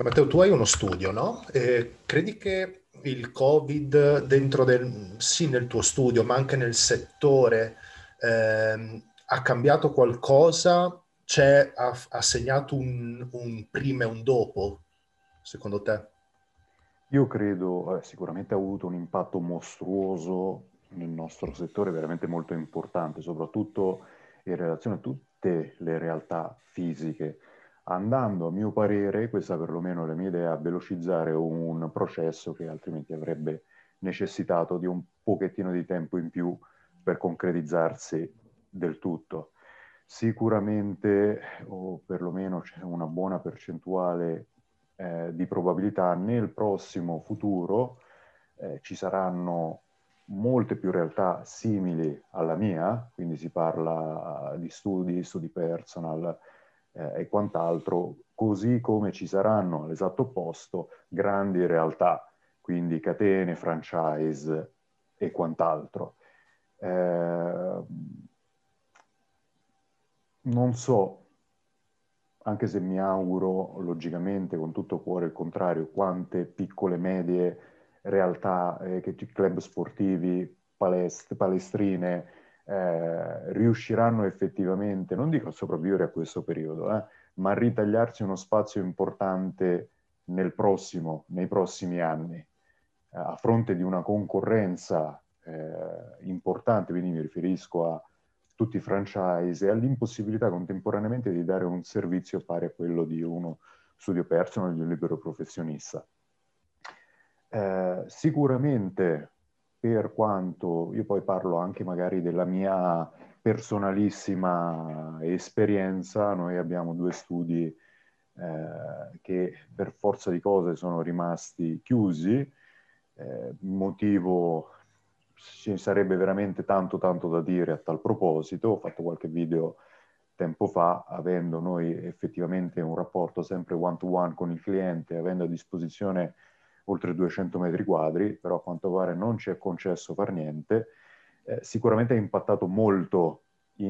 Matteo, tu hai uno studio, no? Credi che il Covid sì, nel tuo studio, ma anche nel settore, ha cambiato qualcosa? Ha segnato un prima e un dopo, secondo te? Io credo, sicuramente ha avuto un impatto mostruoso nel nostro settore, veramente molto importante, soprattutto in relazione a tutte le realtà fisiche, andando, a mio parere, questa perlomeno è la mia idea, a velocizzare un processo che altrimenti avrebbe necessitato di un pochettino di tempo in più per concretizzarsi del tutto. Sicuramente, o perlomeno c'è una buona percentuale di probabilità nel prossimo futuro ci saranno molte più realtà simili alla mia, quindi si parla di studi personal e quant'altro, così come ci saranno all'esatto opposto grandi realtà, quindi catene, franchise e quant'altro. Eh, Non so, anche se mi auguro logicamente con tutto cuore il contrario, quante piccole, medie realtà, club sportivi, palestrine, riusciranno effettivamente, non dico a sopravvivere a questo periodo, ma a ritagliarsi uno spazio importante nei prossimi anni, a fronte di una concorrenza importante, quindi mi riferisco a tutti i franchise e all'impossibilità contemporaneamente di dare un servizio pari a quello di uno studio personal, di un libero professionista. Sicuramente, per quanto io poi parlo anche magari della mia personalissima esperienza, noi abbiamo due studi che per forza di cose sono rimasti chiusi, motivo ci sarebbe veramente tanto tanto da dire a tal proposito. Ho fatto qualche video tempo fa, avendo noi effettivamente un rapporto sempre one to one con il cliente, avendo a disposizione oltre 200 metri quadri, però a quanto pare non ci è concesso far niente, sicuramente ha impattato molto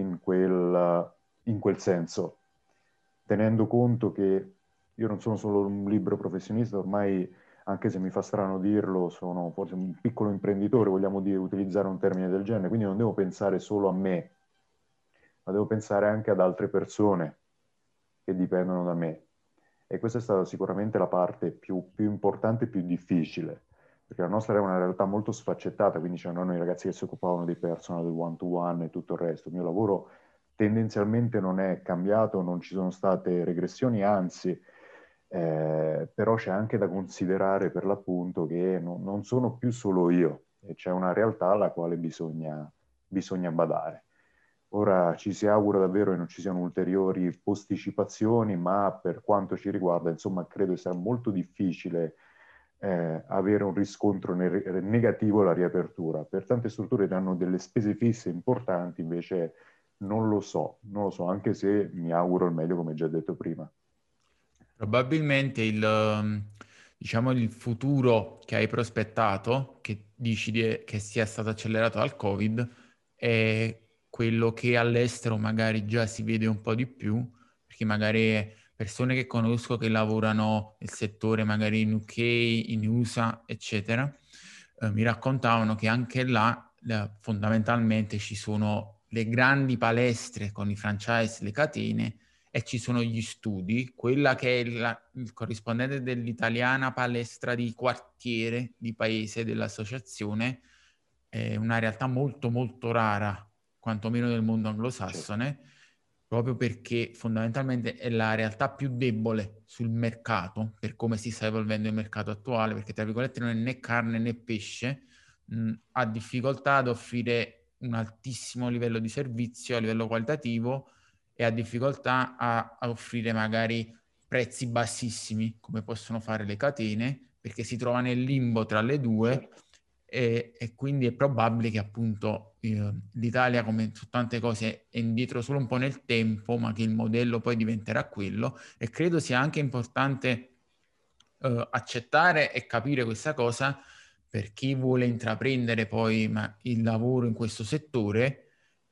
in quel senso, tenendo conto che io non sono solo un libero professionista, ormai, anche se mi fa strano dirlo, sono forse un piccolo imprenditore, vogliamo dire, utilizzare un termine del genere, quindi non devo pensare solo a me, ma devo pensare anche ad altre persone che dipendono da me. E questa è stata sicuramente la parte più importante e più difficile, perché la nostra era una realtà molto sfaccettata, quindi c'erano i ragazzi che si occupavano di personal, del one-to-one e tutto il resto. Il mio lavoro tendenzialmente non è cambiato, non ci sono state regressioni, anzi, però c'è anche da considerare per l'appunto che non sono più solo io, e c'è una realtà alla quale bisogna badare. Ora ci si augura davvero che non ci siano ulteriori posticipazioni, ma per quanto ci riguarda, insomma, credo sia molto difficile avere un riscontro negativo alla riapertura. Per tante strutture che hanno delle spese fisse importanti, invece non lo so, anche se mi auguro il meglio, come già detto prima. Probabilmente diciamo, il futuro che hai prospettato, che dici che sia stato accelerato dal Covid, è quello che all'estero magari già si vede un po' di più, perché magari persone che conosco che lavorano nel settore magari in UK, in USA, eccetera, mi raccontavano che anche là fondamentalmente ci sono le grandi palestre con i franchise, le catene, e ci sono gli studi, quella che è il corrispondente dell'italiana palestra di quartiere, di paese dell'associazione, è una realtà molto molto rara, quantomeno nel mondo Certo. anglosassone, proprio perché fondamentalmente è la realtà più debole sul mercato, per come si sta evolvendo il mercato attuale, perché tra virgolette non è né carne né pesce, ha difficoltà ad offrire un altissimo livello di servizio a livello qualitativo e ha difficoltà a offrire magari prezzi bassissimi come possono fare le catene, perché si trova nel limbo tra le due Certo. e quindi è probabile che appunto l'Italia, come su tante cose, è indietro solo un po' nel tempo, ma che il modello poi diventerà quello. E credo sia anche importante accettare e capire questa cosa per chi vuole intraprendere poi il lavoro in questo settore,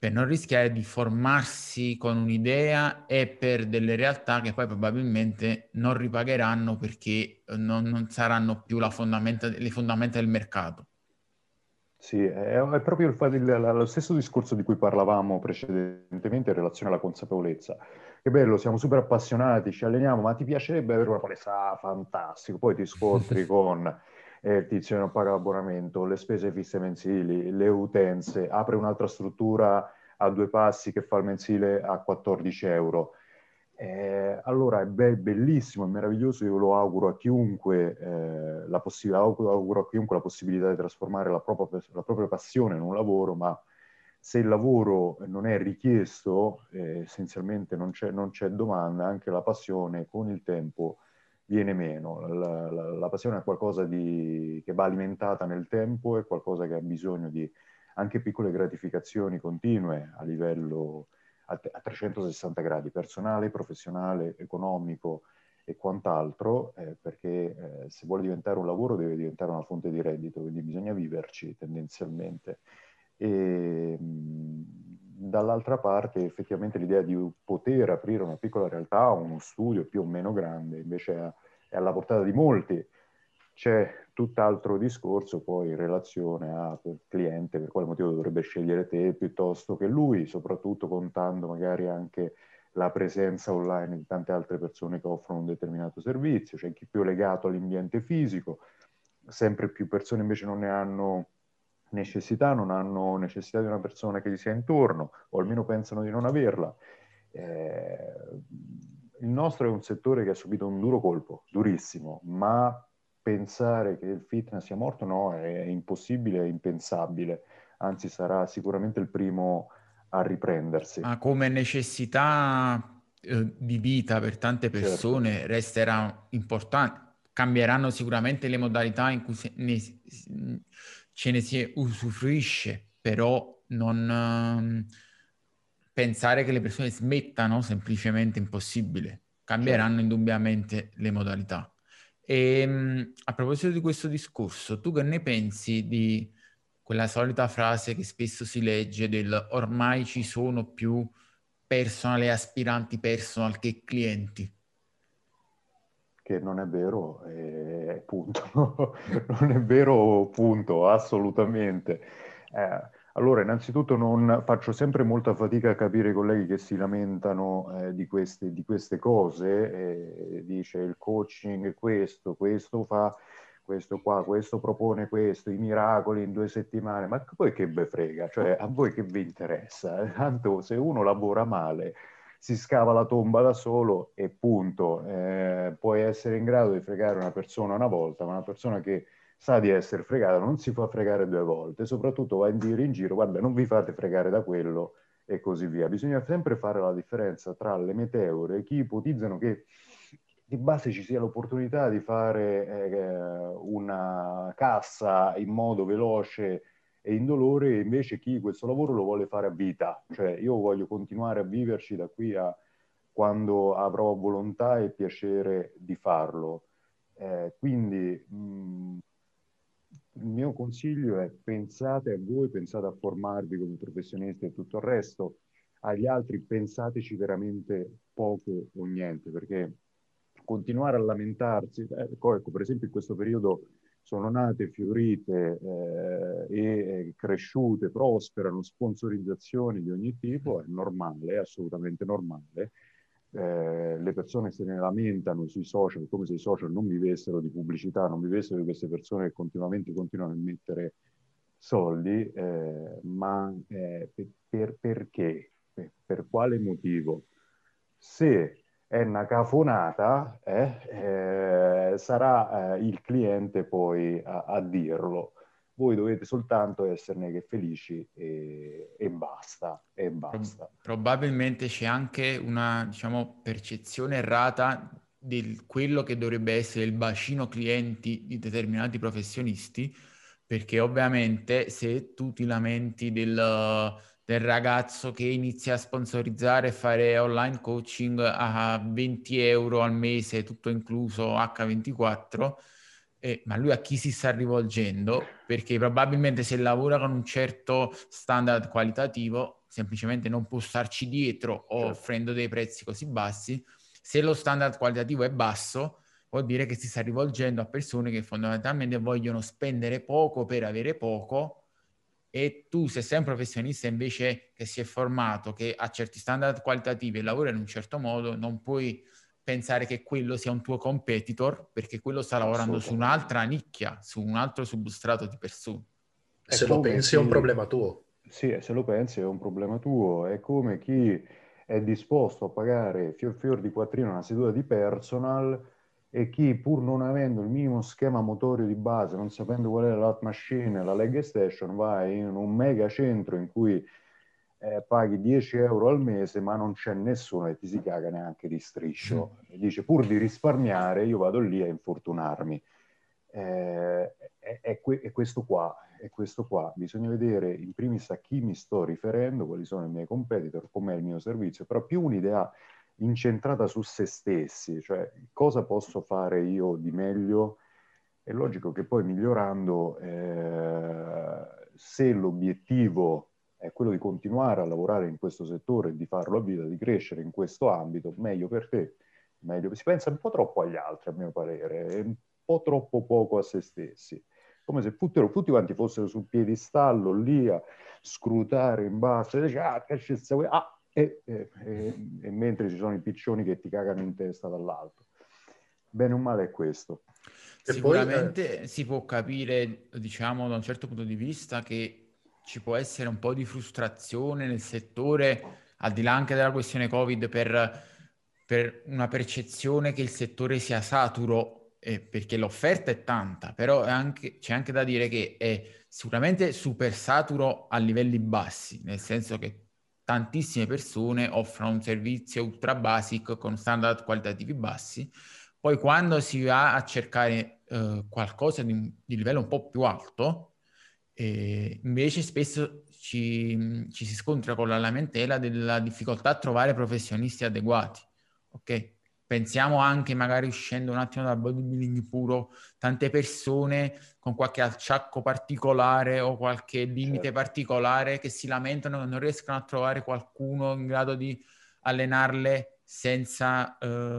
per non rischiare di formarsi con un'idea e per delle realtà che poi probabilmente non ripagheranno perché non saranno più le fondamenta del mercato. Sì, è proprio lo stesso discorso di cui parlavamo precedentemente in relazione alla consapevolezza. Che bello, siamo super appassionati, ci alleniamo, ma ti piacerebbe avere una palestra? Ah, fantastico. Poi ti scontri con il tizio che non paga l'abbonamento, le spese fisse mensili, le utenze, apre un'altra struttura a due passi che fa il mensile a 14 euro. Allora è bellissimo, è meraviglioso, io lo auguro a chiunque, auguro a chiunque la possibilità di trasformare la propria passione in un lavoro, ma se il lavoro non è richiesto, essenzialmente non c'è domanda, anche la passione con il tempo viene meno. La passione è qualcosa che va alimentata nel tempo, è qualcosa che ha bisogno di anche piccole gratificazioni continue a livello a 360 gradi, personale, professionale, economico e quant'altro, perché se vuole diventare un lavoro deve diventare una fonte di reddito, quindi bisogna viverci tendenzialmente. E dall'altra parte effettivamente l'idea di poter aprire una piccola realtà, uno studio più o meno grande, invece è alla portata di molti. C'è tutt'altro discorso poi in relazione al cliente, per quale motivo dovrebbe scegliere te piuttosto che lui, soprattutto contando magari anche la presenza online di tante altre persone che offrono un determinato servizio. C'è chi è più legato all'ambiente fisico, sempre più persone invece non hanno necessità di una persona che gli sia intorno, o almeno pensano di non averla. Il nostro è un settore che ha subito un duro colpo, durissimo, ma pensare che il fitness sia morto, no, è impossibile, è impensabile, anzi sarà sicuramente il primo a riprendersi. Ma come necessità di vita per tante Certo, persone resterà importante. Cambieranno sicuramente le modalità in cui ce ne si usufruisce, però non pensare che le persone smettano semplicemente impossibile. Cambieranno certo. indubbiamente le modalità. A proposito di questo discorso, tu che ne pensi di quella solita frase che spesso si legge del ormai ci sono più personal e aspiranti personal che clienti? Che non è vero, punto. Non è vero, punto, assolutamente. Allora, innanzitutto non faccio sempre molta fatica a capire i colleghi che si lamentano di queste cose. Dice il coaching questo fa, questo qua, questo propone questo, i miracoli in 2 settimane. Ma poi che ve frega? Cioè, a voi che vi interessa? Tanto se uno lavora male si scava la tomba da solo e punto. Puoi essere in grado di fregare una persona una volta, ma una persona che sa di essere fregata non si fa fregare 2 volte, soprattutto va a dire in giro, guarda, non vi fate fregare da quello e così via. Bisogna sempre fare la differenza tra le meteore e chi ipotizzano che di base ci sia l'opportunità di fare una cassa in modo veloce e indolore, e invece chi questo lavoro lo vuole fare a vita. Cioè io voglio continuare a viverci da qui a quando avrò volontà e piacere di farlo. Quindi il mio consiglio è pensate a voi, pensate a formarvi come professionisti e tutto il resto, agli altri pensateci veramente poco o niente, perché continuare a lamentarsi, ecco, per esempio in questo periodo sono nate, fiorite e cresciute, prosperano sponsorizzazioni di ogni tipo, è normale, è assolutamente normale. Le persone se ne lamentano sui social come se i social non vivessero di pubblicità, non vivessero di queste persone che continuamente continuano a mettere soldi, ma perché? Per quale motivo? Se è una cafonata, sarà il cliente poi a dirlo. Voi dovete soltanto esserne che felici e basta, e basta. Probabilmente c'è anche una, diciamo, percezione errata di quello che dovrebbe essere il bacino clienti di determinati professionisti, perché ovviamente se tu ti lamenti del ragazzo che inizia a sponsorizzare e fare online coaching a 20 euro al mese, tutto incluso H24, ma lui a chi si sta rivolgendo? Perché probabilmente se lavora con un certo standard qualitativo semplicemente non può starci dietro offrendo dei prezzi così bassi. Se lo standard qualitativo è basso, vuol dire che si sta rivolgendo a persone che fondamentalmente vogliono spendere poco per avere poco, e tu, se sei un professionista invece che si è formato, che ha certi standard qualitativi e lavora in un certo modo, non puoi pensare che quello sia un tuo competitor, perché quello sta lavorando su un'altra nicchia, su un altro substrato di persone. Se lo pensi è un problema tuo. Sì, se lo pensi è un problema tuo. È come chi è disposto a pagare fior di quattrino una seduta di personal, e chi, pur non avendo il minimo schema motorio di base, non sapendo qual è la lat machine, la leg station, vai in un mega centro in cui paghi 10 euro al mese, ma non c'è nessuno che ti si caga neanche di striscio. E dice, pur di risparmiare, io vado lì a infortunarmi. È questo qua, è questo qua. Bisogna vedere in primis a chi mi sto riferendo, quali sono i miei competitor, com'è il mio servizio, però più un'idea incentrata su se stessi, cioè cosa posso fare io di meglio. È logico che poi migliorando, se l'obiettivo è quello di continuare a lavorare in questo settore, di farlo a vita, di crescere in questo ambito, meglio per te, meglio. Si pensa un po' troppo agli altri, a mio parere, e un po' troppo poco a se stessi, come se tutti quanti fossero sul piedistallo lì a scrutare in basso, e mentre ci sono i piccioni che ti cagano in testa dall'alto. Bene o male è questo. Sicuramente si può capire, diciamo, da un certo punto di vista, che ci può essere un po' di frustrazione nel settore, al di là anche della questione Covid, per una percezione che il settore sia saturo, perché l'offerta è tanta, però c'è anche da dire che è sicuramente super saturo a livelli bassi, nel senso che tantissime persone offrono un servizio ultra basic con standard qualitativi bassi. Poi quando si va a cercare qualcosa di livello un po' più alto, invece spesso ci si scontra con la lamentela della difficoltà a trovare professionisti adeguati. Ok? Pensiamo anche, magari uscendo un attimo dal bodybuilding puro, tante persone con qualche acciacco particolare o qualche limite particolare che si lamentano che non riescono a trovare qualcuno in grado di allenarle senza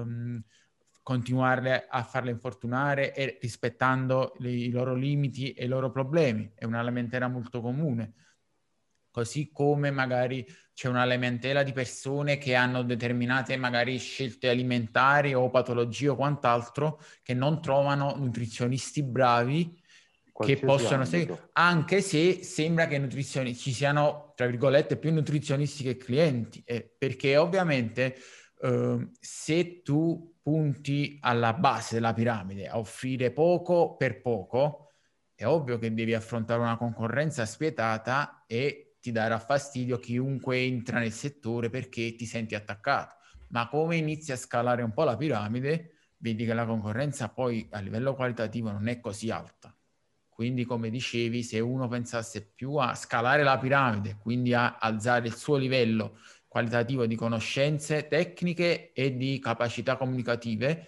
continuare a farle infortunare e rispettando i loro limiti e i loro problemi. È una lamentela molto comune. Così come magari c'è una lamentela di persone che hanno determinate magari scelte alimentari o patologie o quant'altro, che non trovano nutrizionisti bravi che possono seguire, anche se sembra che ci siano, tra virgolette, più nutrizionisti che clienti, perché ovviamente se tu punti alla base della piramide a offrire poco per poco, è ovvio che devi affrontare una concorrenza spietata e ti darà fastidio chiunque entra nel settore perché ti senti attaccato. Ma come inizi a scalare un po' la piramide, vedi che la concorrenza poi a livello qualitativo non è così alta. Quindi, come dicevi, se uno pensasse più a scalare la piramide, quindi a alzare il suo livello qualitativo di conoscenze tecniche e di capacità comunicative,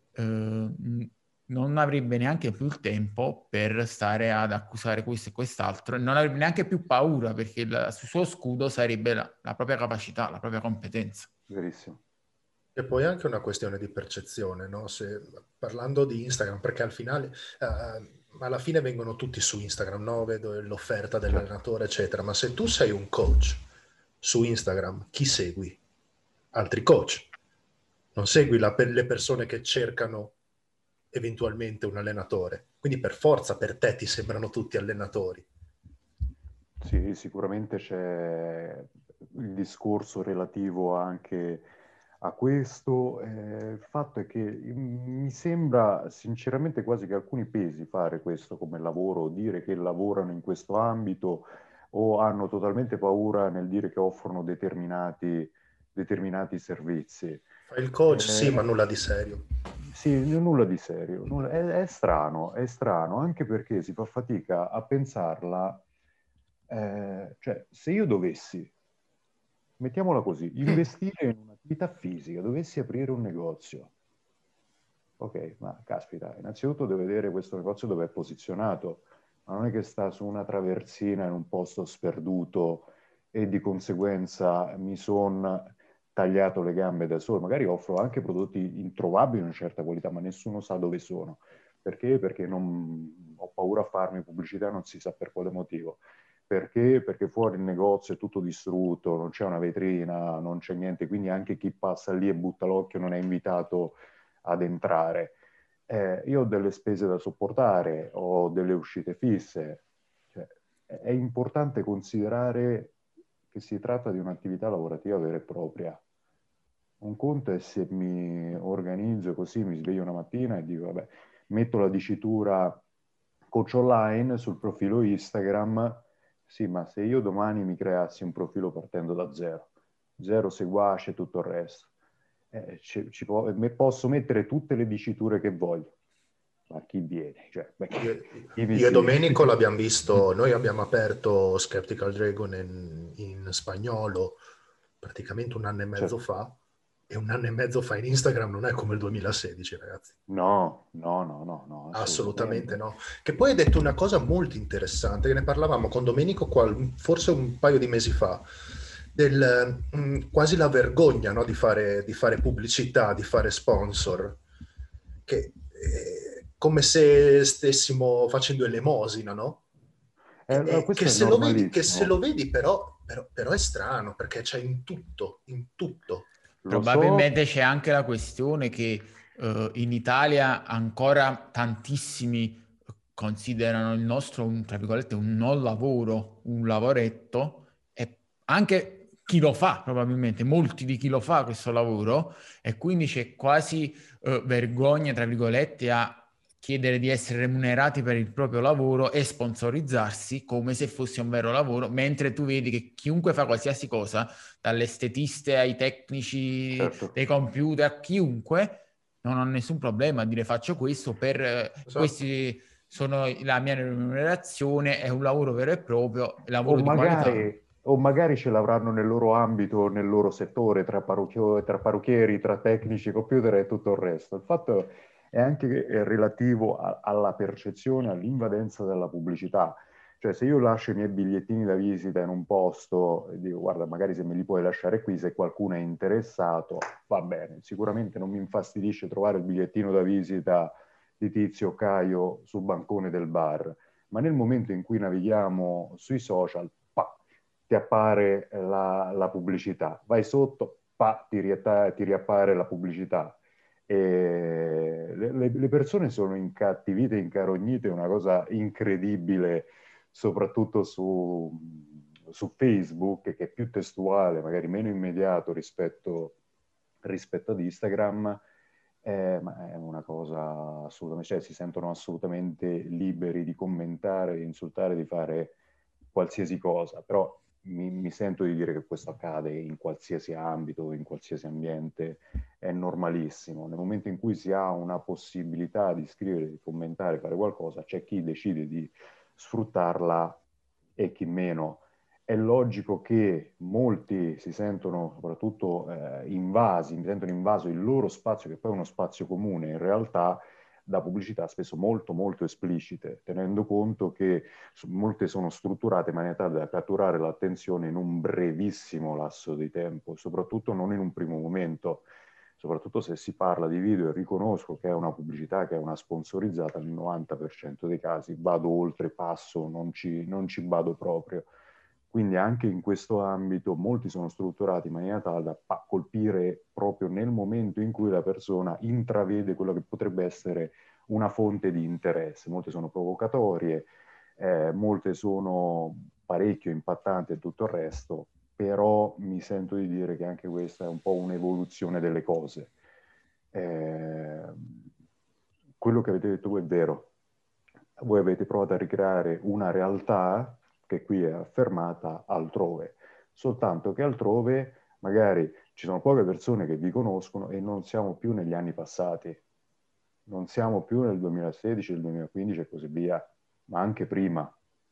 non avrebbe neanche più il tempo per stare ad accusare questo e quest'altro, e non avrebbe neanche più paura, perché il suo scudo sarebbe la propria capacità, la propria competenza. Verissimo. E poi anche una questione di percezione, no? Parlando di Instagram, perché alla fine vengono tutti su Instagram, no? Vedo l'offerta dell'allenatore, eccetera, ma se tu sei un coach su Instagram, chi segui? Altri coach. Non segui le persone che cercano eventualmente un allenatore. Quindi per forza per te ti sembrano tutti allenatori. Sì, sicuramente c'è il discorso relativo anche a questo. Il fatto è che mi sembra sinceramente quasi che alcuni pesi fare questo come lavoro, dire che lavorano in questo ambito, o hanno totalmente paura nel dire che offrono determinati servizi. Fai il coach, sì, ma nulla di serio. Sì, nulla di serio. È strano, anche perché si fa fatica a pensarla. Cioè, se io dovessi, mettiamola così, investire in un'attività fisica, dovessi aprire un negozio, ok, ma caspita, innanzitutto devo vedere questo negozio dove è posizionato, ma non è che sta su una traversina in un posto sperduto e di conseguenza mi sono tagliato le gambe da solo. Magari offro anche prodotti introvabili di una certa qualità, ma nessuno sa dove sono. Perché? Perché non, ho paura a farmi pubblicità, non si sa per quale motivo. Perché? Perché fuori il negozio è tutto distrutto, non c'è una vetrina, non c'è niente, quindi anche chi passa lì e butta l'occhio non è invitato ad entrare. Io ho delle spese da sopportare, ho delle uscite fisse. Cioè, è importante considerare che si tratta di un'attività lavorativa vera e propria. Un conto è se mi organizzo così, mi sveglio una mattina e dico, vabbè, metto la dicitura coach online sul profilo Instagram. Sì, ma se io domani mi creassi un profilo partendo da zero, zero seguaci e tutto il resto, posso mettere tutte le diciture che voglio, ma chi viene? Cioè, beh, Io, chi mi io e segue? Domenico l'abbiamo visto, noi abbiamo aperto Skeptical Dragon in spagnolo praticamente un anno e Cioè, mezzo fa, e un anno e mezzo fa in Instagram non è come il 2016, ragazzi. no, no, no, no, no, Assolutamente assolutamente. no. Che poi hai detto una cosa molto interessante, che ne parlavamo con Domenico forse un paio di mesi fa, quasi la vergogna, no, di fare pubblicità, di fare sponsor, che come se stessimo facendo elemosina, no? Questo è Che se normalissimo. lo vedi però è strano, perché c'è in tutto. Lo so. Probabilmente c'è anche la questione che in Italia ancora tantissimi considerano il nostro, tra virgolette, un non lavoro, un lavoretto, e anche chi lo fa, probabilmente, molti di chi lo fa questo lavoro, e quindi c'è quasi vergogna, tra virgolette, a chiedere di essere remunerati per il proprio lavoro e sponsorizzarsi come se fosse un vero lavoro, mentre tu vedi che chiunque fa qualsiasi cosa, dalle estetiste ai tecnici Certo. dei computer, a chiunque, non ho nessun problema a dire faccio questo per Esatto. questi sono la mia remunerazione, è un lavoro vero e proprio, O lavoro di qualità. magari, o magari ce l'avranno nel loro ambito, nel loro settore, tra parrucchieri, tra tecnici, computer e tutto il resto. Il fatto è anche relativo alla percezione, all'invadenza della pubblicità. Cioè, se io lascio i miei bigliettini da visita in un posto e dico, guarda, magari se me li puoi lasciare qui, se qualcuno è interessato, va bene. Sicuramente non mi infastidisce trovare il bigliettino da visita di Tizio o Caio sul bancone del bar, ma nel momento in cui navighiamo sui social, pa, ti appare la pubblicità, vai sotto, pa, ti riappare la pubblicità. E le persone sono incattivite, incarognite, è una cosa incredibile, soprattutto su Facebook, che è più testuale, magari meno immediato rispetto ad Instagram. Ma è una cosa assolutamente, cioè si sentono assolutamente liberi di commentare, di insultare, di fare qualsiasi cosa, però mi sento di dire che questo accade in qualsiasi ambito, in qualsiasi ambiente, è normalissimo. Nel momento in cui si ha una possibilità di scrivere, di commentare, fare qualcosa, c'è chi decide di sfruttarla e chi meno. È logico che molti si sentono soprattutto invasi, mi sentono invaso il loro spazio, che poi è uno spazio comune, in realtà da pubblicità spesso molto molto esplicite, tenendo conto che molte sono strutturate in maniera tale da catturare l'attenzione in un brevissimo lasso di tempo, soprattutto non in un primo momento. Soprattutto se si parla di video, e riconosco che è una pubblicità, che è una sponsorizzata, nel 90% dei casi vado oltre, passo, non ci vado proprio. Quindi anche in questo ambito molti sono strutturati in maniera tale da colpire proprio nel momento in cui la persona intravede quello che potrebbe essere una fonte di interesse. Molte sono provocatorie, molte sono parecchio impattanti e tutto il resto, però mi sento di dire che anche questa è un po' un'evoluzione delle cose. Eh, quello che avete detto voi è vero. Voi avete provato a ricreare una realtà che qui è affermata altrove, soltanto che altrove magari ci sono poche persone che vi conoscono e non siamo più negli anni passati, non siamo più nel 2016, nel 2015 e così via, ma anche prima.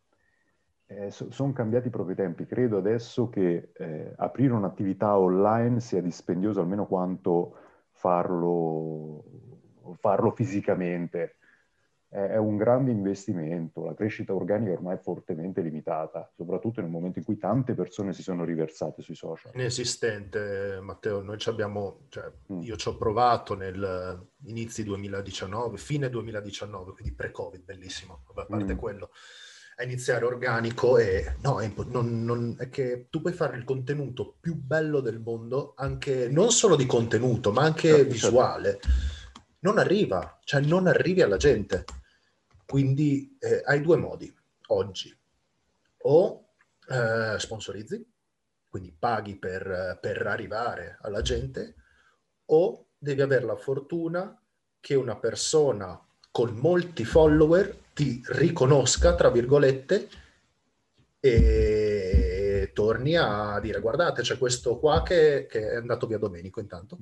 Sono cambiati proprio i tempi. Credo adesso che aprire un'attività online sia dispendioso almeno quanto farlo fisicamente. è un grande investimento, la crescita organica ormai è fortemente limitata, soprattutto nel momento in cui tante persone si sono riversate sui social. Inesistente, Matteo. Noi ci abbiamo, cioè, Mm. io ci ho provato nel inizi 2019, fine 2019, quindi pre-Covid, bellissimo, vabbè, a parte quello, a iniziare organico e no, è che tu puoi fare il contenuto più bello del mondo, anche non solo di contenuto, ma anche Certo. visuale. Non arriva, cioè non arrivi alla gente. Quindi hai due modi oggi: o sponsorizzi, quindi paghi per arrivare alla gente, o devi avere la fortuna che una persona con molti follower ti riconosca, tra virgolette, e torni a dire: guardate, c'è questo qua che è andato via Domenico intanto.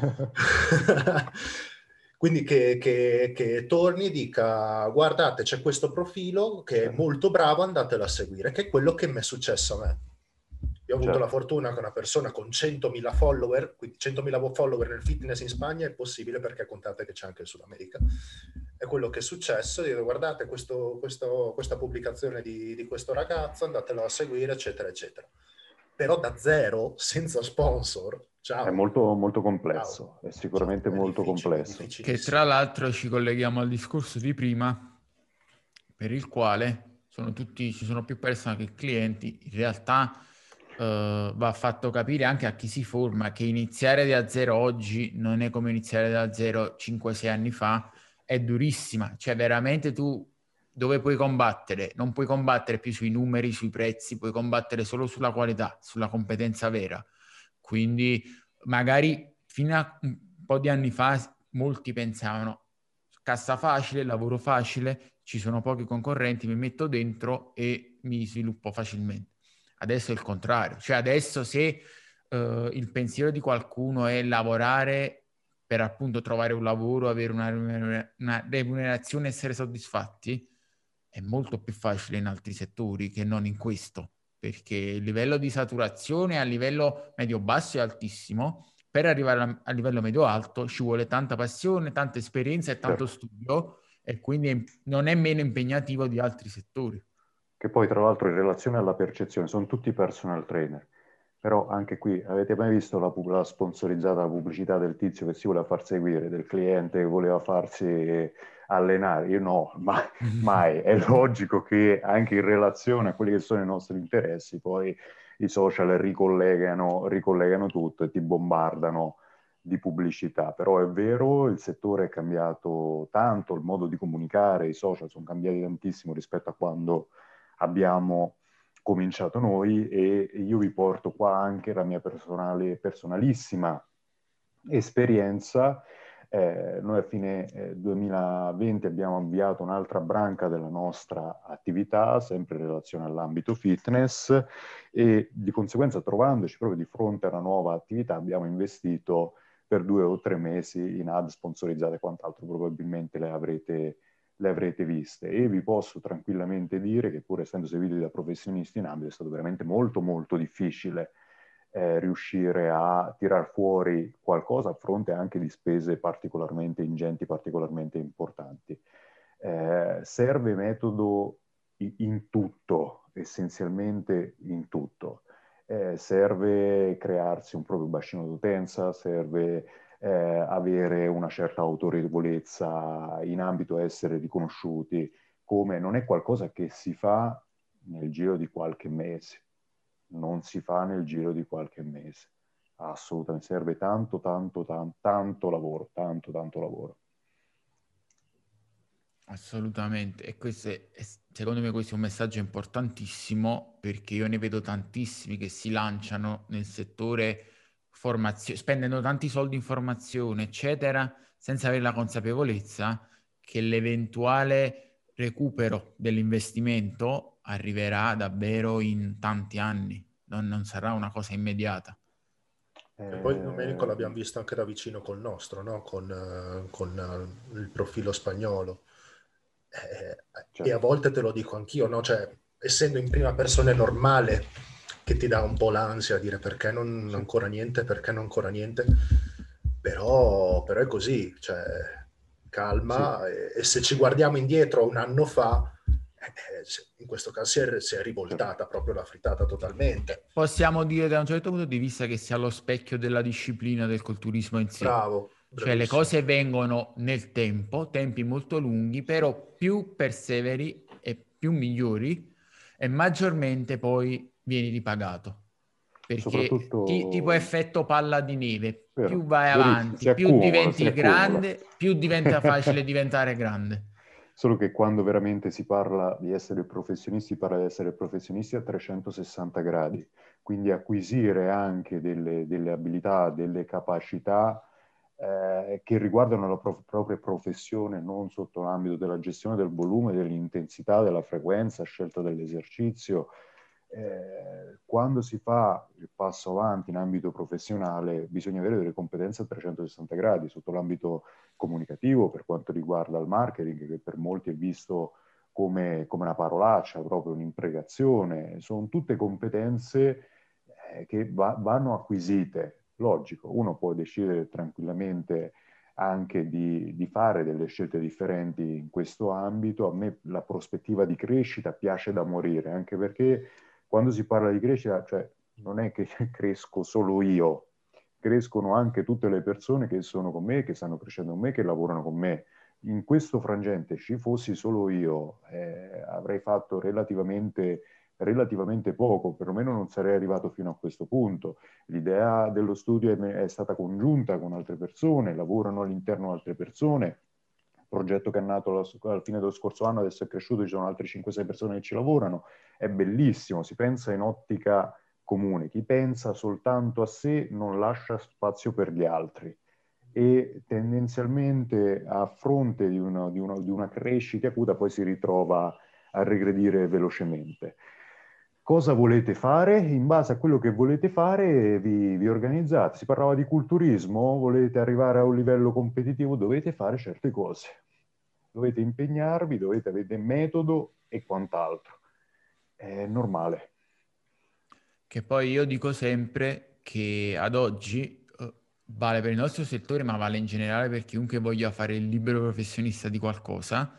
Quindi che torni e dica: guardate, c'è questo profilo che è molto bravo, andatelo a seguire, che è quello che mi è successo a me. Io ho avuto la fortuna che una persona con 100.000 follower, quindi 100.000 follower nel fitness in Spagna è possibile, perché contate che c'è anche il Sud America. È quello che è successo. Dico: guardate questa pubblicazione di questo ragazzo, andatelo a seguire, eccetera, eccetera. Però da zero, senza sponsor, ciao. È molto, molto complesso, Ciao. è sicuramente Ciao. molto complesso. Che tra l'altro ci colleghiamo al discorso di prima, per il quale ci sono più persone che clienti. In realtà va fatto capire anche a chi si forma che iniziare da zero oggi non è come iniziare da zero 5-6 anni fa, è durissima. Cioè veramente tu dove puoi combattere? Non puoi combattere più sui numeri, sui prezzi, puoi combattere solo sulla qualità, sulla competenza vera. Quindi magari fino a un po' di anni fa molti pensavano: cassa facile, lavoro facile, ci sono pochi concorrenti, mi metto dentro e mi sviluppo facilmente. Adesso è il contrario, cioè adesso se il pensiero di qualcuno è lavorare per appunto trovare un lavoro, avere una remunerazione, essere soddisfatti, è molto più facile in altri settori che non in questo, perché il livello di saturazione a livello medio-basso è altissimo. Per arrivare a livello medio-alto ci vuole tanta passione, tanta esperienza e tanto studio, e quindi non è meno impegnativo di altri settori. Che poi tra l'altro in relazione alla percezione sono tutti personal trainer, però anche qui avete mai visto la sponsorizzata, la pubblicità del tizio che si voleva far seguire, del cliente che voleva farsi allenare? Io no, mai. È logico che anche in relazione a quelli che sono i nostri interessi poi i social ricollegano tutto e ti bombardano di pubblicità. Però è vero, il settore è cambiato tanto, il modo di comunicare, i social sono cambiati tantissimo rispetto a quando abbiamo cominciato noi, e io vi porto qua anche la mia personalissima esperienza. Noi a fine 2020 abbiamo avviato un'altra branca della nostra attività, sempre in relazione all'ambito fitness, e di conseguenza, trovandoci proprio di fronte a una nuova attività, abbiamo investito per 2 o 3 mesi in ad sponsorizzate e quant'altro. Probabilmente le avrete viste, e vi posso tranquillamente dire che, pur essendo seguiti da professionisti in ambito, è stato veramente molto molto difficile riuscire a tirar fuori qualcosa a fronte anche di spese particolarmente ingenti, particolarmente importanti. Serve metodo in tutto, essenzialmente in tutto. Serve crearsi un proprio bacino d'utenza, serve avere una certa autorevolezza in ambito, essere riconosciuti, come non è qualcosa che si fa nel giro di qualche mese. Non si fa nel giro di qualche mese. Assolutamente, serve tanto lavoro, tanto lavoro. Assolutamente, e secondo me questo è un messaggio importantissimo, perché io ne vedo tantissimi che si lanciano nel settore formazione, spendendo tanti soldi in formazione, eccetera, senza avere la consapevolezza che l'eventuale recupero dell'investimento arriverà davvero in tanti anni, non sarà una cosa immediata. E poi Domenico l'abbiamo visto anche da vicino col nostro, no? Con il profilo spagnolo. E a volte te lo dico anch'io, no? Cioè, essendo in prima persona è normale che ti dà un po' l'ansia a dire perché non ancora niente, però è così, cioè, calma, e se ci guardiamo indietro un anno fa, in questo caso si è rivoltata proprio la frittata totalmente. Possiamo dire da un certo punto di vista che sia lo specchio della disciplina del culturismo in sé. Bravo, Cioè le bravissimo. cose vengono nel tempo, tempi molto lunghi, però più perseveri e più migliori e maggiormente poi vieni ripagato. Perché Soprattutto, tipo effetto palla di neve, più vero, vai verissimo, avanti, si più accumula, si diventi accumula. grande, più diventa facile diventare grande. Solo che quando veramente si parla di essere professionisti, si parla di essere professionisti a 360 gradi, quindi acquisire anche delle abilità, delle capacità che riguardano la propria professione, non sotto l'ambito della gestione del volume, dell'intensità, della frequenza, scelta dell'esercizio. Quando si fa il passo avanti in ambito professionale bisogna avere delle competenze a 360 gradi sotto l'ambito comunicativo per quanto riguarda il marketing, che per molti è visto come una parolaccia, proprio un'impregazione. Sono tutte competenze che vanno acquisite. Logico, uno può decidere tranquillamente anche di fare delle scelte differenti in questo ambito. A me la prospettiva di crescita piace da morire, anche perché quando si parla di crescita, cioè non è che cresco solo io, crescono anche tutte le persone che sono con me, che stanno crescendo con me, che lavorano con me. In questo frangente ci fossi solo io, avrei fatto relativamente poco, perlomeno non sarei arrivato fino a questo punto. L'idea dello studio è stata congiunta con altre persone, lavorano all'interno di altre persone. Il progetto che è nato alla fine dello scorso anno adesso è cresciuto, ci sono altre 5-6 persone che ci lavorano, è bellissimo, si pensa in ottica comune, chi pensa soltanto a sé non lascia spazio per gli altri e tendenzialmente a fronte di una crescita acuta poi si ritrova a regredire velocemente. Cosa volete fare? In base a quello che volete fare vi organizzate. Si parlava di culturismo, volete arrivare a un livello competitivo, dovete fare certe cose. Dovete impegnarvi, dovete avere metodo e quant'altro. È normale. Che poi io dico sempre che ad oggi vale per il nostro settore, ma vale in generale per chiunque voglia fare il libero professionista di qualcosa.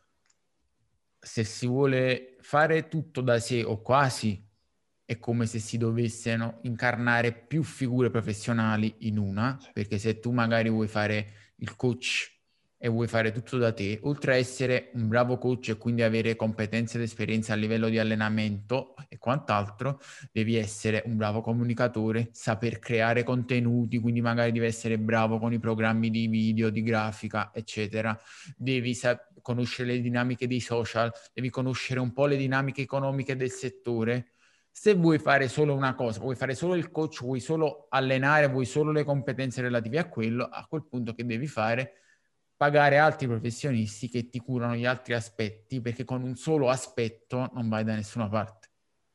Se si vuole fare tutto da sé o quasi, è come se si dovessero incarnare più figure professionali in una, perché se tu magari vuoi fare il coach e vuoi fare tutto da te, oltre a essere un bravo coach e quindi avere competenze ed esperienze a livello di allenamento e quant'altro, devi essere un bravo comunicatore, saper creare contenuti, quindi magari devi essere bravo con i programmi di video, di grafica, eccetera. Devi conoscere le dinamiche dei social, devi conoscere un po' le dinamiche economiche del settore. Se vuoi fare solo una cosa, vuoi fare solo il coach, vuoi solo allenare, vuoi solo le competenze relative a quello, a quel punto che devi fare? Pagare altri professionisti che ti curano gli altri aspetti, perché con un solo aspetto non vai da nessuna parte.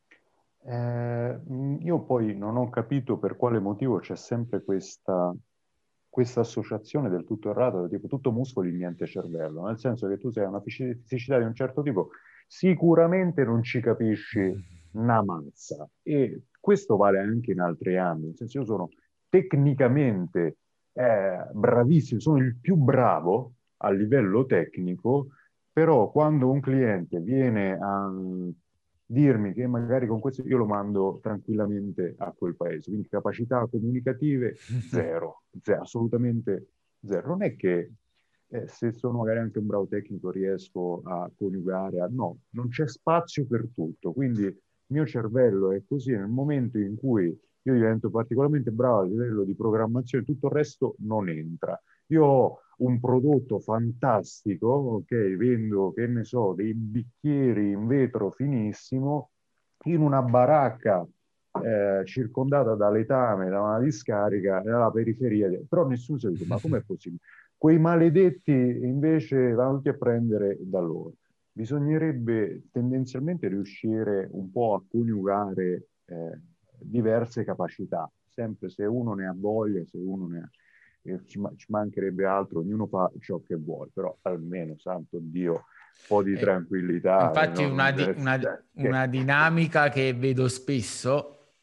Io poi non ho capito per quale motivo c'è sempre questa associazione del tutto errata, tipo tutto muscoli, niente cervello, nel senso che tu sei una fisicità di un certo tipo, sicuramente non ci capisci una mazza, e questo vale anche in altri ambiti, nel senso io sono tecnicamente bravissimo, sono il più bravo a livello tecnico, però quando un cliente viene a dirmi che magari con questo io lo mando tranquillamente a quel paese, quindi capacità comunicative zero, assolutamente zero. Non è che se sono magari anche un bravo tecnico riesco a coniugare, no, non c'è spazio per tutto, quindi il mio cervello è così, nel momento in cui io divento particolarmente bravo a livello di programmazione, tutto il resto non entra. Io ho un prodotto fantastico, ok, vendo, che ne so, dei bicchieri in vetro finissimo, in una baracca circondata da letame, da una discarica, nella periferia, però nessuno si dice, ma com'è possibile? Quei maledetti invece vanno tutti a prendere da loro. Bisognerebbe tendenzialmente riuscire un po' a coniugare diverse capacità, sempre se uno ne ha voglia, se uno ne ha ci mancherebbe altro, ognuno fa ciò che vuole, però almeno, santo Dio, un po' di tranquillità. Infatti no? una dinamica che vedo spesso,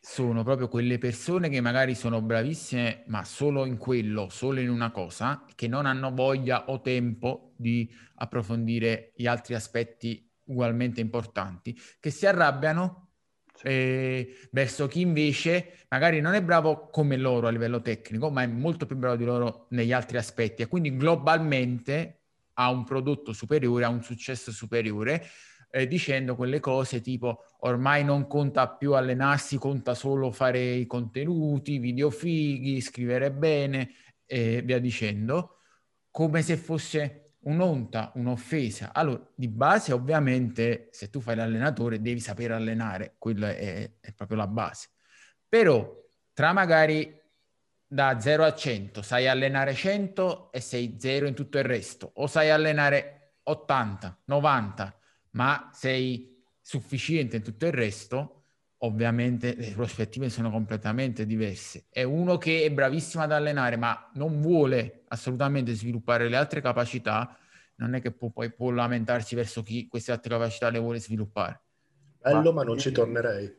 sono proprio quelle persone che magari sono bravissime, ma solo in quello, solo in una cosa, che non hanno voglia o tempo di approfondire gli altri aspetti ugualmente importanti, che si arrabbiano verso chi invece magari non è bravo come loro a livello tecnico, ma è molto più bravo di loro negli altri aspetti e quindi globalmente ha un prodotto superiore, ha un successo superiore, dicendo quelle cose tipo ormai non conta più allenarsi, conta solo fare i contenuti, video fighi, scrivere bene e via dicendo, come se fosse un'onta, un'offesa. Allora, di base, ovviamente, se tu fai l'allenatore devi sapere allenare, quella è proprio la base. Però, tra magari da 0 a 100, sai allenare 100 e sei 0 in tutto il resto, o sai allenare 80, 90, ma sei sufficiente in tutto il resto, ovviamente le prospettive sono completamente diverse. È uno che è bravissimo ad allenare, ma non vuole assolutamente sviluppare le altre capacità, non è che può lamentarsi verso chi queste altre capacità le vuole sviluppare. Bello, ma non ci tornerei.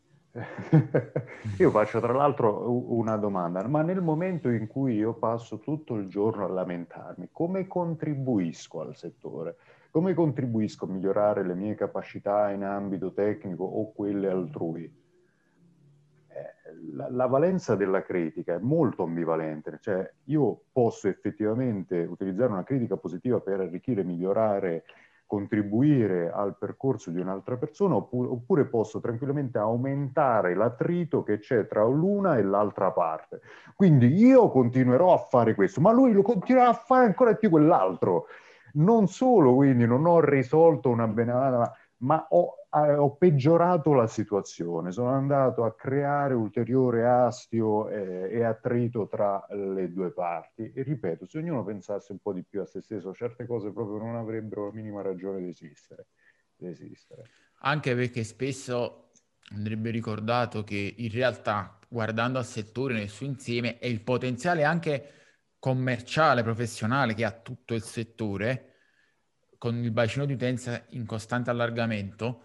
Io faccio tra l'altro una domanda, ma nel momento in cui io passo tutto il giorno a lamentarmi, come contribuisco al settore? Come contribuisco a migliorare le mie capacità in ambito tecnico o quelle altrui? La valenza della critica è molto ambivalente, cioè io posso effettivamente utilizzare una critica positiva per arricchire, migliorare, contribuire al percorso di un'altra persona, oppure posso tranquillamente aumentare l'attrito che c'è tra l'una e l'altra parte. Quindi io continuerò a fare questo, ma lui lo continuerà a fare ancora più quell'altro. Non solo, quindi non ho risolto una benata, ma ho peggiorato la situazione, sono andato a creare ulteriore astio e attrito tra le due parti. E ripeto, se ognuno pensasse un po' di più a se stesso, certe cose proprio non avrebbero la minima ragione di esistere. Anche perché spesso andrebbe ricordato che in realtà, guardando al settore nel suo insieme, e il potenziale anche commerciale, professionale che ha tutto il settore, con il bacino di utenza in costante allargamento,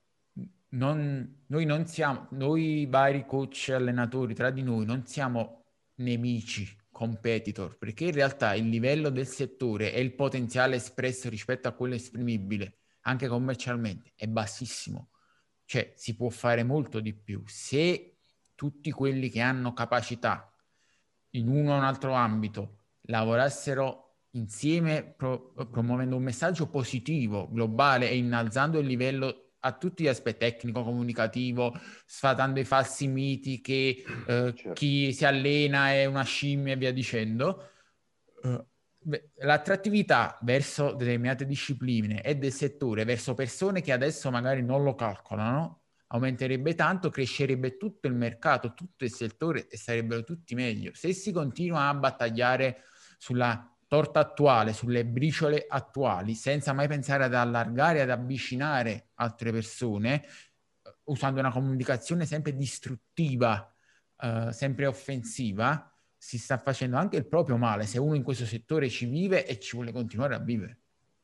noi vari coach e allenatori tra di noi non siamo nemici, competitor, perché in realtà il livello del settore e il potenziale espresso rispetto a quello esprimibile, anche commercialmente, è bassissimo. Cioè, si può fare molto di più. Se tutti quelli che hanno capacità in uno o un altro ambito lavorassero insieme promuovendo un messaggio positivo, globale e innalzando il livello a tutti gli aspetti tecnico, comunicativo, sfatando i falsi miti che Certo. chi si allena è una scimmia e via dicendo, l'attrattività verso determinate discipline e del settore verso persone che adesso magari non lo calcolano aumenterebbe tanto, crescerebbe tutto il mercato, tutto il settore e sarebbero tutti meglio. Se si continua a battagliare sulla torta attuale, sulle briciole attuali, senza mai pensare ad allargare, ad avvicinare altre persone, usando una comunicazione sempre distruttiva, sempre offensiva, si sta facendo anche il proprio male se uno in questo settore ci vive e ci vuole continuare a vivere.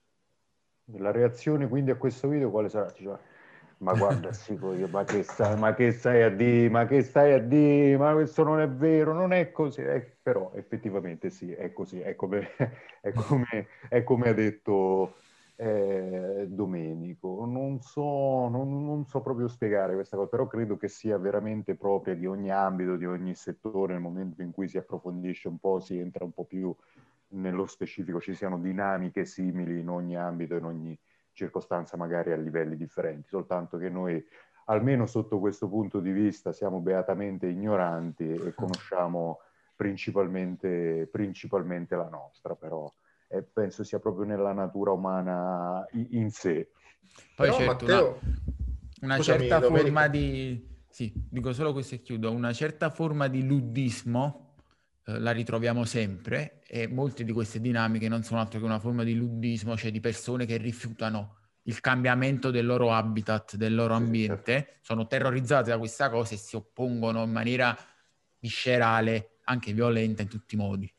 La reazione quindi a questo video quale sarà? Cioè, ma guarda, sì, ma che stai a dire? Ma che stai a dire? Ma questo non è vero, non è così. Però effettivamente sì, è così. È come ha detto Domenico. Non so proprio spiegare questa cosa, però credo che sia veramente propria di ogni ambito, di ogni settore. Nel momento in cui si approfondisce un po', si entra un po' più nello specifico, ci siano dinamiche simili in ogni ambito, in ogni circostanza, magari a livelli differenti, soltanto che noi, almeno sotto questo punto di vista, siamo beatamente ignoranti e conosciamo principalmente la nostra, però penso sia proprio nella natura umana in sé. Poi Però certo, Matteo, una scusami certa forma Domenico, di... Sì, dico solo questo e chiudo. Una certa forma di luddismo la ritroviamo sempre e molte di queste dinamiche non sono altro che una forma di luddismo, cioè di persone che rifiutano il cambiamento del loro habitat, del loro Sì, certo. ambiente, sono terrorizzate da questa cosa e si oppongono in maniera viscerale, anche violenta in tutti i modi.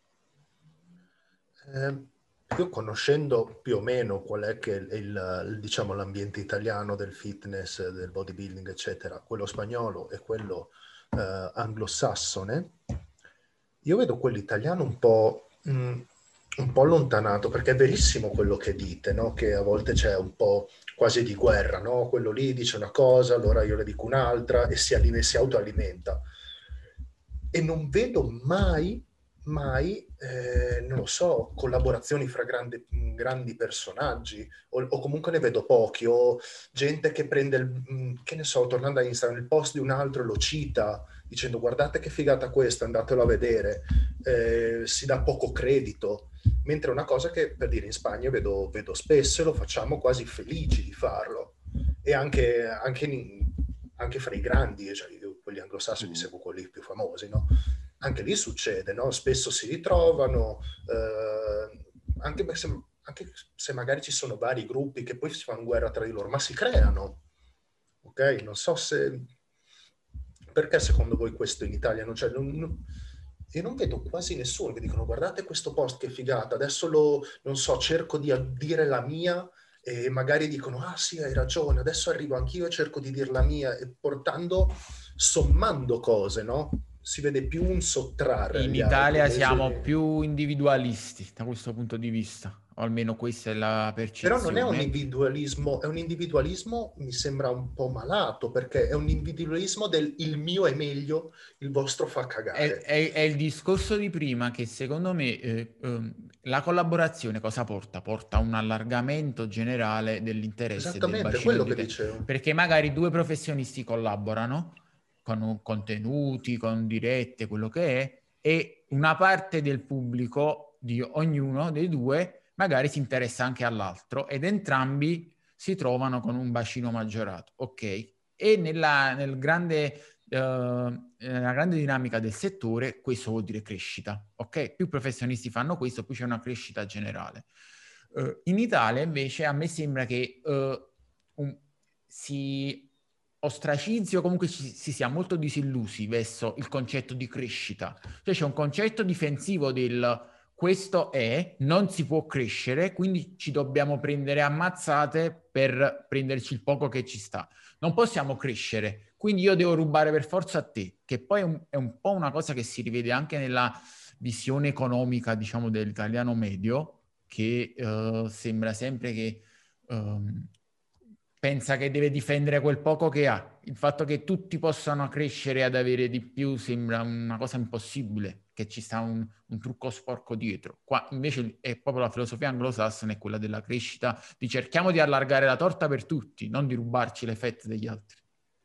io conoscendo più o meno qual è che è diciamo, l'ambiente italiano del fitness, del bodybuilding, eccetera, quello spagnolo e quello anglosassone, io vedo quello italiano un po' allontanato, perché è verissimo quello che dite, no? Che a volte c'è un po' quasi di guerra, no? Quello lì dice una cosa, allora io le dico un'altra e si autoalimenta. E non vedo mai, non lo so, collaborazioni fra grandi personaggi, o comunque ne vedo pochi, o gente che prende, che ne so, tornando a Instagram, il post di un altro e lo cita, dicendo guardate che figata questa, andatelo a vedere, si dà poco credito, mentre è una cosa che, per dire, in Spagna vedo spesso e lo facciamo quasi felici di farlo, e anche fra i grandi, cioè io quelli anglosassoni seguo quelli più famosi, no? Anche lì succede, no? Spesso si ritrovano, anche se magari ci sono vari gruppi che poi si fanno guerra tra di loro, ma si creano, ok? Non so se... Perché secondo voi questo in Italia non c'è? Io non vedo quasi nessuno che dicono guardate questo post che figata, adesso non so, cerco di dire la mia e magari dicono ah sì hai ragione, adesso arrivo anch'io e cerco di dire la mia e sommando cose, no? Si vede più un sottrarre In agli altri. Italia siamo più individualisti da questo punto di vista, o almeno questa è la Però non percezione. è un individualismo, mi sembra un po' malato, perché è un individualismo del il mio è meglio, il vostro fa cagare. È il discorso di prima che secondo me la collaborazione cosa porta? Porta a un allargamento generale dell'interesse del Esattamente, bacino quello di che utenti, dicevo. perché magari due professionisti collaborano con contenuti, con dirette, quello che è, e una parte del pubblico di ognuno dei due magari si interessa anche all'altro ed entrambi si trovano con un bacino maggiorato, ok? E nel grande nella grande dinamica del settore, questo vuol dire crescita, ok? Più professionisti fanno questo, più c'è una crescita generale. In Italia invece a me sembra che si ostracizzi o comunque si sia molto disillusi verso il concetto di crescita. Cioè c'è un concetto difensivo del questo è, non si può crescere, quindi ci dobbiamo prendere ammazzate per prenderci il poco che ci sta. Non possiamo crescere, quindi io devo rubare per forza a te, che poi è un po' una cosa che si rivede anche nella visione economica, diciamo, dell'italiano medio, che sembra sempre che pensa che deve difendere quel poco che ha. Il fatto che tutti possano crescere ed avere di più sembra una cosa impossibile, che ci sta un trucco sporco dietro. Qua invece è proprio la filosofia anglosassone, è quella della crescita, di cerchiamo di allargare la torta per tutti, non di rubarci le fette degli altri.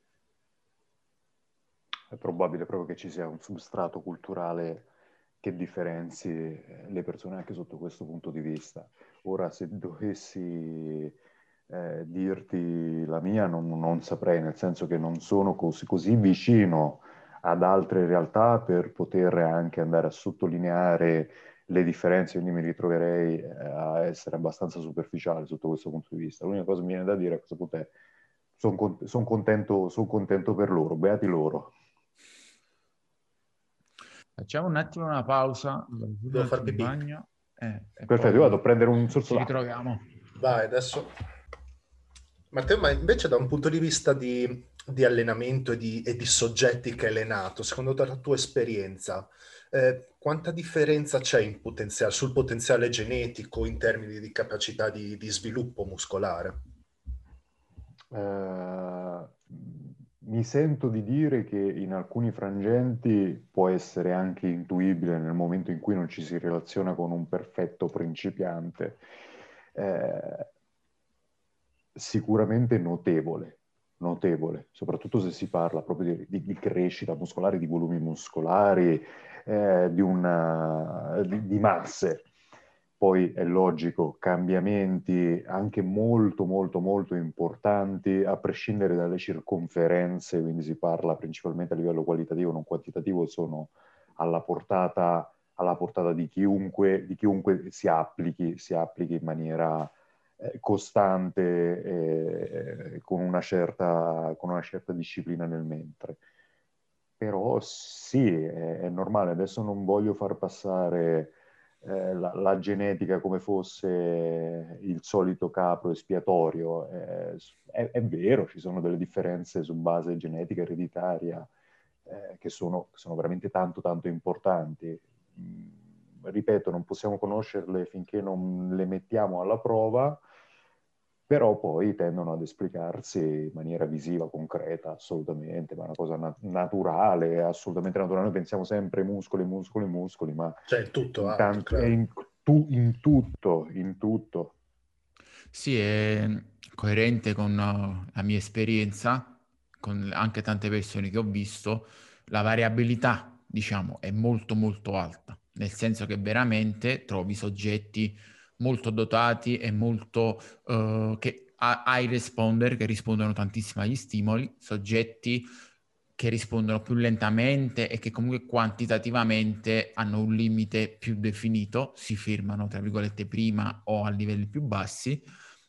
È probabile proprio che ci sia un substrato culturale che differenzi le persone anche sotto questo punto di vista. Ora, se dovessi dirti la mia, non saprei, nel senso che non sono così vicino ad altre realtà per poter anche andare a sottolineare le differenze, quindi mi ritroverei a essere abbastanza superficiale sotto questo punto di vista. L'unica cosa che mi viene da dire a questo punto è sono contento per loro, beati loro. Facciamo un attimo una pausa, Devo un far attimo in pipì. bagno e Perfetto, io vado a poi prendere un sorso ci d'acqua. ritroviamo. Vai, adesso... Matteo, ma invece da un punto di vista di allenamento e di soggetti che hai allenato, secondo la tua esperienza, quanta differenza c'è sul potenziale genetico in termini di capacità di sviluppo muscolare? Mi sento di dire che in alcuni frangenti può essere anche intuibile nel momento in cui non ci si relaziona con un perfetto principiante. Sicuramente notevole, soprattutto se si parla proprio di crescita muscolare, di volumi muscolari, di masse. Poi è logico, cambiamenti anche molto, molto, molto importanti, a prescindere dalle circonferenze, quindi si parla principalmente a livello qualitativo, non quantitativo, sono alla portata di chiunque si applichi in maniera costante con una certa disciplina nel mentre. Però sì, è normale, adesso non voglio far passare la genetica come fosse il solito capro espiatorio. È vero, ci sono delle differenze su base genetica ereditaria che sono veramente tanto tanto importanti. Ripeto, non possiamo conoscerle finché non le mettiamo alla prova, però poi tendono ad esplicarsi in maniera visiva, concreta, assolutamente, ma è una cosa naturale, assolutamente naturale. Noi pensiamo sempre muscoli, muscoli, muscoli, ma Cioè il tutto altro, è claro. in tutto, in tutto. Sì, è coerente con la mia esperienza, con anche tante persone che ho visto, la variabilità, diciamo, è molto molto alta, nel senso che veramente trovi soggetti molto dotati e molto high responder, che rispondono tantissimo agli stimoli, soggetti che rispondono più lentamente e che comunque quantitativamente hanno un limite più definito, si fermano, tra virgolette, prima o a livelli più bassi.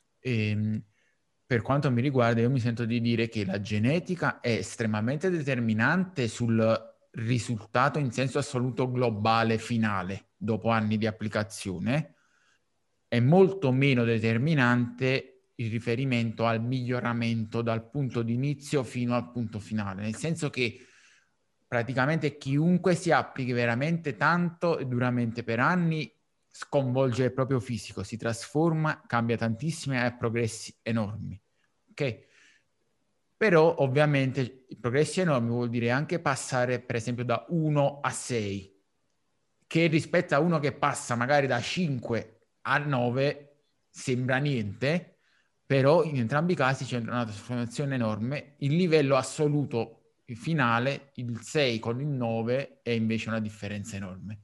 Per quanto mi riguarda, io mi sento di dire che la genetica è estremamente determinante sul risultato in senso assoluto globale finale, dopo anni di applicazione, è molto meno determinante il riferimento al miglioramento dal punto di inizio fino al punto finale, nel senso che praticamente chiunque si applichi veramente tanto e duramente per anni sconvolge il proprio fisico, si trasforma, cambia tantissimo e ha progressi enormi. Ok? Però ovviamente i progressi enormi vuol dire anche passare per esempio da 1 a 6, che rispetto a uno che passa magari da 5 a 9 sembra niente, però in entrambi i casi c'è una trasformazione enorme. Il livello assoluto finale, il 6 con il 9, è invece una differenza enorme.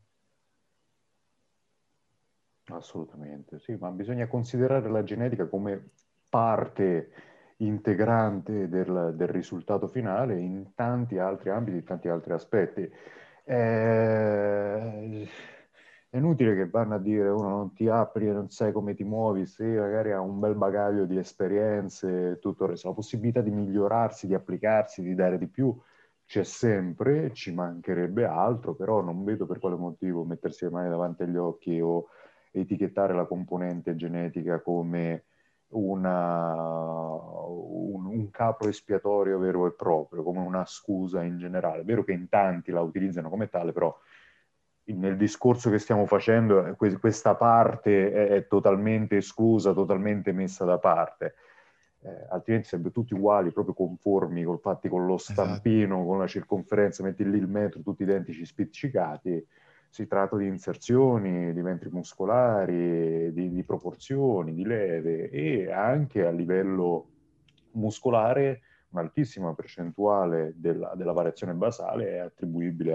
Assolutamente, sì, ma bisogna considerare la genetica come parte integrante del risultato finale in tanti altri ambiti, in tanti altri aspetti. È inutile che vanno a dire uno non ti apri e non sai come ti muovi, se magari ha un bel bagaglio di esperienze e tutto il resto. La possibilità di migliorarsi, di applicarsi, di dare di più c'è sempre, ci mancherebbe altro, però non vedo per quale motivo mettersi le mani davanti agli occhi o etichettare la componente genetica come un capo espiatorio vero e proprio, come una scusa in generale. È vero che in tanti la utilizzano come tale, però nel discorso che stiamo facendo questa parte è totalmente esclusa, totalmente messa da parte. Altrimenti sarebbero tutti uguali, proprio conformi, fatti con lo Esatto. stampino, con la circonferenza, metti lì il metro, tutti identici spiccicati. Si tratta di inserzioni, di ventri muscolari, di proporzioni, di leve e anche a livello muscolare un'altissima percentuale della variazione basale è attribuibile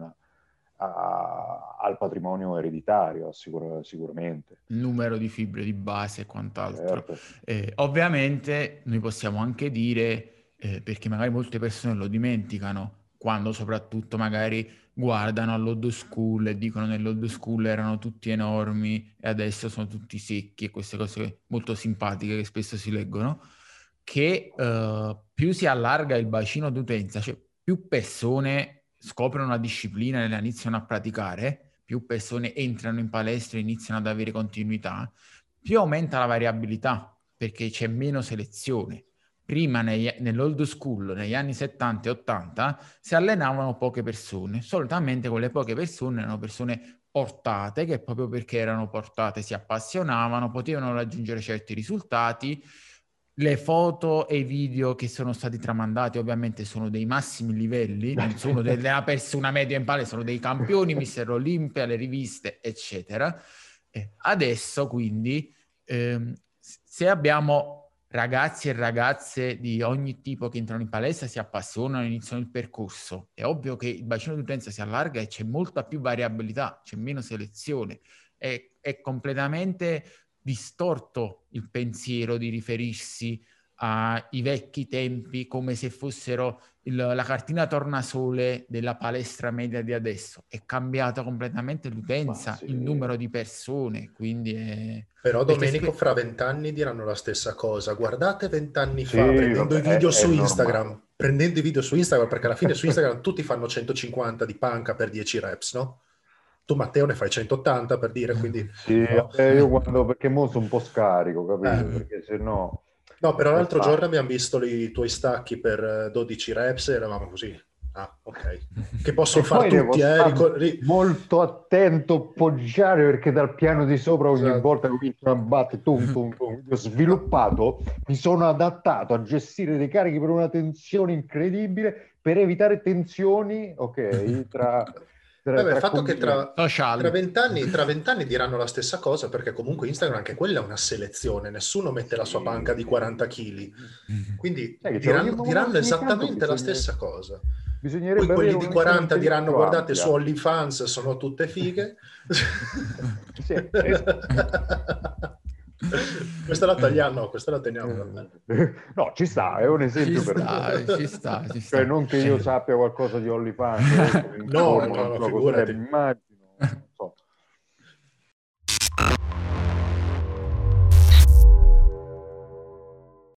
al patrimonio ereditario, sicuramente. Numero di fibre di base e quant'altro. Certo. Ovviamente noi possiamo anche dire, perché magari molte persone lo dimenticano, quando soprattutto magari guardano all'old school e dicono nell'old school erano tutti enormi e adesso sono tutti secchi, e queste cose molto simpatiche che spesso si leggono, che più si allarga il bacino d'utenza, cioè più persone scoprono la disciplina e la iniziano a praticare, più persone entrano in palestra e iniziano ad avere continuità, più aumenta la variabilità, perché c'è meno selezione. Prima nell'old school, negli anni 70 e 80, si allenavano poche persone. Solitamente quelle poche persone erano persone portate, che proprio perché erano portate si appassionavano, potevano raggiungere certi risultati. Le foto e i video che sono stati tramandati ovviamente sono dei massimi livelli, non sono della persona media in palestra, sono dei campioni, Mister Olimpia, le riviste, eccetera. Adesso quindi se abbiamo ragazzi e ragazze di ogni tipo che entrano in palestra, si appassionano, iniziano il percorso, è ovvio che il bacino di utenza si allarga e c'è molta più variabilità, c'è meno selezione, è completamente distorto il pensiero di riferirsi ai vecchi tempi come se fossero la cartina tornasole della palestra media di adesso. È cambiata completamente Ma l'utenza, il sì. numero di persone, quindi è... Però Perché Domenico fra 20 anni diranno la stessa cosa. Guardate 20 anni fa, Sì, prendendo i vabbè, video è su normale. Instagram, prendendo i video su Instagram, perché alla fine su Instagram tutti fanno 150 di panca per 10 reps, no? Tu Matteo ne fai 180 per dire, quindi Sì, no? vabbè, io quando, perché mo sono un po' scarico, capito? Eh. Perché se no No, però è l'altro giorno facile. abbiamo visto i tuoi stacchi per 12 reps e eravamo così Ah, ok. Che possono E fare poi devo tutti, stare molto attento a poggiare, perché dal piano di sopra ogni Esatto. volta cominciano a battere, tum, tum, tum. Ho sviluppato, mi sono adattato a gestire dei carichi per una tensione incredibile, per evitare tensioni, ok, Vabbè, il tra fatto che conviventi. Social. tra 20 anni diranno la stessa cosa, perché comunque Instagram anche quella è una selezione, nessuno mette la sua panca di 40 kg, quindi Sai che c'è, diranno ogni tanto esattamente la stessa cosa. Poi bisognerebbe avere quelli di una visione 40 un pelino diranno: più guardate, su ampia. OnlyFans sono tutte fighe. Sì, esatto. Questa la tagliamo, no, questa la teniamo. Va bene. No, ci sta, è un esempio per tutti. Ci sta. Cioè, non che io sappia qualcosa di OnlyFans, adesso mi No, informo, no, non no, so cos'è, figurati. mi immagino.